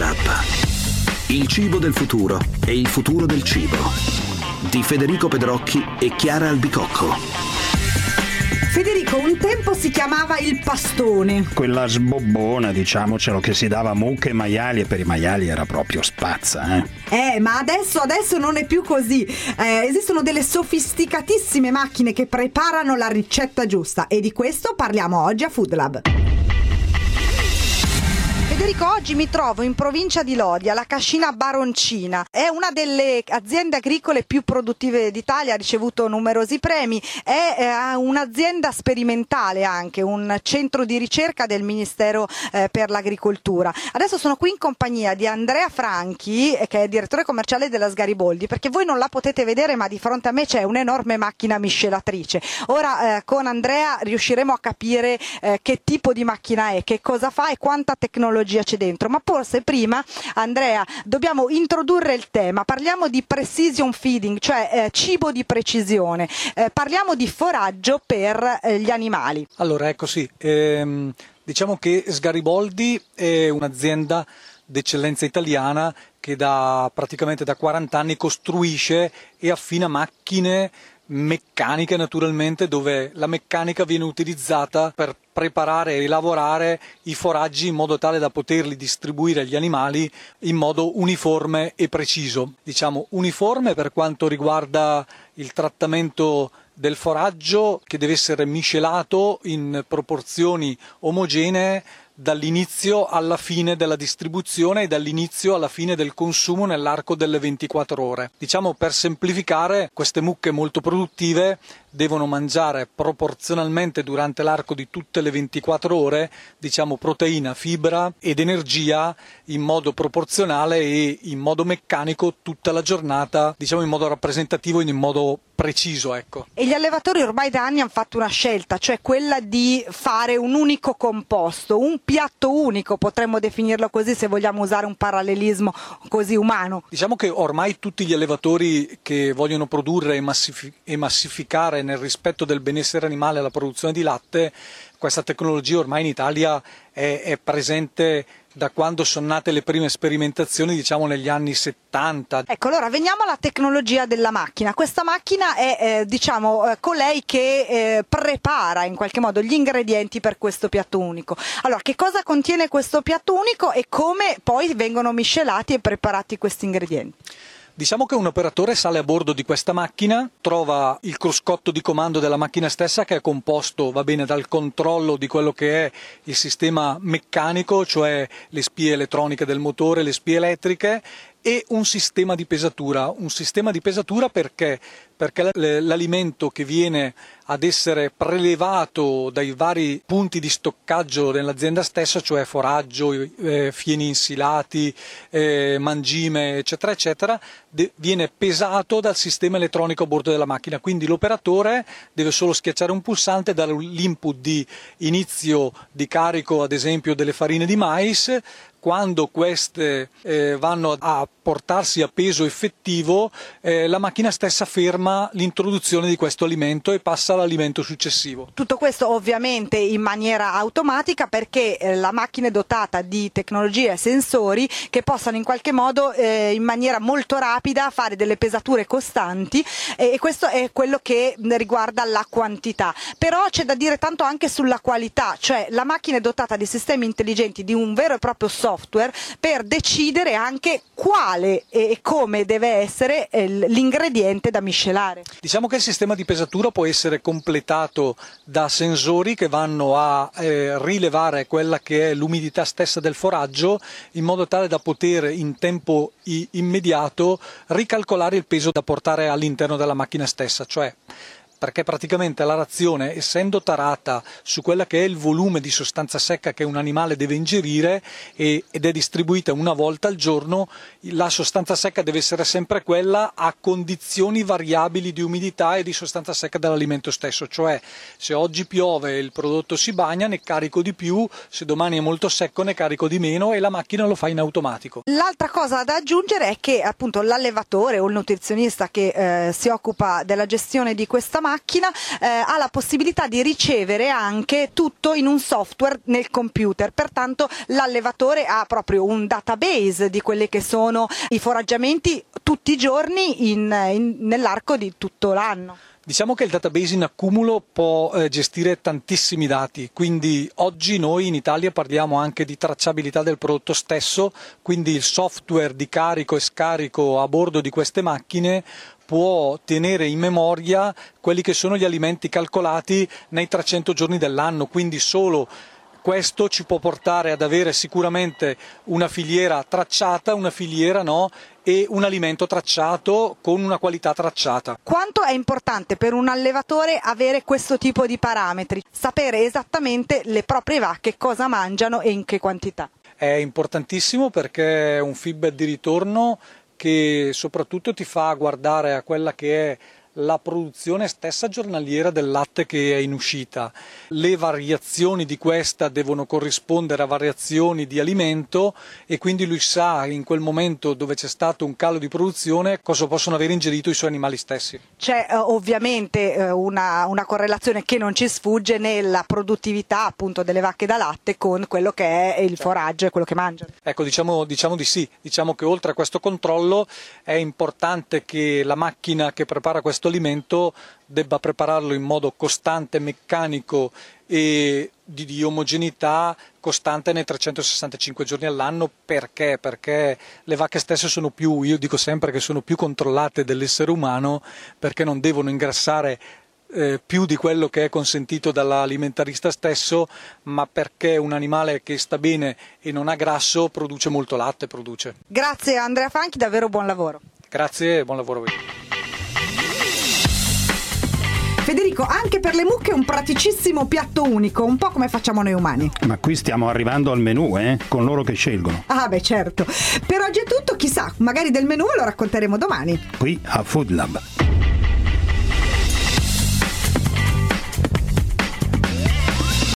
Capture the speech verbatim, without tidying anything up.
Lab. Il cibo del futuro e il futuro del cibo. Di Federico Pedrocchi e Chiara Albicocco. Federico, un tempo si chiamava il pastone. Quella sbobbona, diciamocelo, che si dava a mucche e maiali, e per i maiali era proprio spazza, eh? Eh, ma adesso, adesso non è più così. Eh, esistono delle sofisticatissime macchine che preparano la ricetta giusta e di questo parliamo oggi a Food Lab. Federico, oggi mi trovo in provincia di Lodi, alla Cascina Baroncina. È una delle aziende agricole più produttive d'Italia, ha ricevuto numerosi premi, è eh, un'azienda sperimentale anche, un centro di ricerca del Ministero eh, per l'Agricoltura. Adesso sono qui in compagnia di Andrea Franchi, che è direttore commerciale della Sgariboldi, perché voi non la potete vedere, ma di fronte a me c'è un'enorme macchina miscelatrice. Ora eh, con Andrea riusciremo a capire eh, che tipo di macchina è, che cosa fa e quanta tecnologia c'è dentro, ma forse prima, Andrea, dobbiamo introdurre il tema. Parliamo di precision feeding, cioè eh, cibo di precisione, eh, parliamo di foraggio per eh, gli animali. Allora, ecco sì, ehm, diciamo che Sgariboldi è un'azienda d'eccellenza italiana che da praticamente da quaranta anni costruisce e affina macchine meccaniche, naturalmente, dove la meccanica viene utilizzata per preparare e lavorare i foraggi in modo tale da poterli distribuire agli animali in modo uniforme e preciso. Diciamo uniforme per quanto riguarda il trattamento del foraggio, che deve essere miscelato in proporzioni omogenee dall'inizio alla fine della distribuzione e dall'inizio alla fine del consumo nell'arco delle ventiquattro ore. Diciamo, per semplificare, queste mucche molto produttive devono mangiare proporzionalmente durante l'arco di tutte le ventiquattro ore, diciamo, proteina, fibra ed energia in modo proporzionale e in modo meccanico tutta la giornata, diciamo in modo rappresentativo e in modo preciso, ecco. E gli allevatori ormai da anni hanno fatto una scelta, cioè quella di fare un unico composto, un piatto unico, potremmo definirlo così se vogliamo usare un parallelismo così umano. Diciamo che ormai tutti gli allevatori che vogliono produrre e, massifi- e massificare nel rispetto del benessere animale la produzione di latte, questa tecnologia ormai in Italia è, è presente da quando sono nate le prime sperimentazioni, diciamo negli anni settanta. Ecco, allora veniamo alla tecnologia della macchina. Questa macchina è eh, diciamo eh, colei che eh, prepara in qualche modo gli ingredienti per questo piatto unico. Allora, che cosa contiene questo piatto unico e come poi vengono miscelati e preparati questi ingredienti? Diciamo che un operatore sale a bordo di questa macchina, trova il cruscotto di comando della macchina stessa, che è composto, va bene, dal controllo di quello che è il sistema meccanico, cioè le spie elettroniche del motore, le spie elettriche, e un sistema di pesatura. Un sistema di pesatura perché? Perché l'alimento che viene ad essere prelevato dai vari punti di stoccaggio dell'azienda stessa, cioè foraggio, eh, fieni insilati, eh, mangime, eccetera, eccetera, de- viene pesato dal sistema elettronico a bordo della macchina. Quindi l'operatore deve solo schiacciare un pulsante, dare l'input di inizio di carico, ad esempio, delle farine di mais. Quando queste eh, vanno a portarsi a peso effettivo, eh, la macchina stessa ferma l'introduzione di questo alimento e passa all'alimento successivo. Tutto questo ovviamente in maniera automatica, perché eh, la macchina è dotata di tecnologie e sensori che possano in qualche modo eh, in maniera molto rapida fare delle pesature costanti, eh, e questo è quello che riguarda la quantità. Però c'è da dire tanto anche sulla qualità, cioè la macchina è dotata di sistemi intelligenti, di un vero e proprio software per decidere anche quale e come deve essere l'ingrediente da miscelare. Diciamo che il sistema di pesatura può essere completato da sensori che vanno a eh, rilevare quella che è l'umidità stessa del foraggio, in modo tale da poter in tempo i- immediato ricalcolare il peso da portare all'interno della macchina stessa, cioè perché praticamente la razione, essendo tarata su quella che è il volume di sostanza secca che un animale deve ingerire e, ed è distribuita una volta al giorno, la sostanza secca deve essere sempre quella a condizioni variabili di umidità e di sostanza secca dell'alimento stesso, cioè se oggi piove e il prodotto si bagna ne carico di più, se domani è molto secco ne carico di meno, e la macchina lo fa in automatico. L'altra cosa da aggiungere è che appunto l'allevatore o il nutrizionista che eh, si occupa della gestione di questa macchina macchina eh, ha la possibilità di ricevere anche tutto in un software nel computer, pertanto l'allevatore ha proprio un database di quelli che sono i foraggiamenti tutti i giorni in, in, nell'arco di tutto l'anno. Diciamo che il database in accumulo può eh, gestire tantissimi dati, quindi oggi noi in Italia parliamo anche di tracciabilità del prodotto stesso, quindi il software di carico e scarico a bordo di queste macchine può tenere in memoria quelli che sono gli alimenti calcolati nei trecento giorni dell'anno, quindi solo questo ci può portare ad avere sicuramente una filiera tracciata, una filiera no, e un alimento tracciato con una qualità tracciata. Quanto è importante per un allevatore avere questo tipo di parametri, sapere esattamente le proprie vacche cosa mangiano e in che quantità? È importantissimo perché è un feedback di ritorno che soprattutto ti fa guardare a quella che è la produzione stessa giornaliera del latte che è in uscita. Le variazioni di questa devono corrispondere a variazioni di alimento e quindi lui sa in quel momento dove c'è stato un calo di produzione cosa possono aver ingerito i suoi animali stessi. C'è eh, ovviamente eh, una, una correlazione che non ci sfugge nella produttività appunto delle vacche da latte con quello che è il foraggio e quello che mangiano. Ecco, diciamo, diciamo di sì, diciamo che oltre a questo controllo è importante che la macchina che prepara questo alimento debba prepararlo in modo costante, meccanico e di, di omogeneità costante nei trecentosessantacinque giorni all'anno. Perché? Perché le vacche stesse sono più, io dico sempre che sono più controllate dell'essere umano, perché non devono ingrassare eh, più di quello che è consentito dall'alimentarista stesso, ma perché un animale che sta bene e non ha grasso produce molto latte, produce. Grazie Andrea Franchi, davvero buon lavoro. Grazie e buon lavoro a voi. Federico, anche per le mucche un praticissimo piatto unico, un po' come facciamo noi umani. Ma qui stiamo arrivando al menù, eh? Con loro che scelgono. Ah beh certo. Per oggi è tutto, chissà, magari del menù lo racconteremo domani. Qui a Food Lab.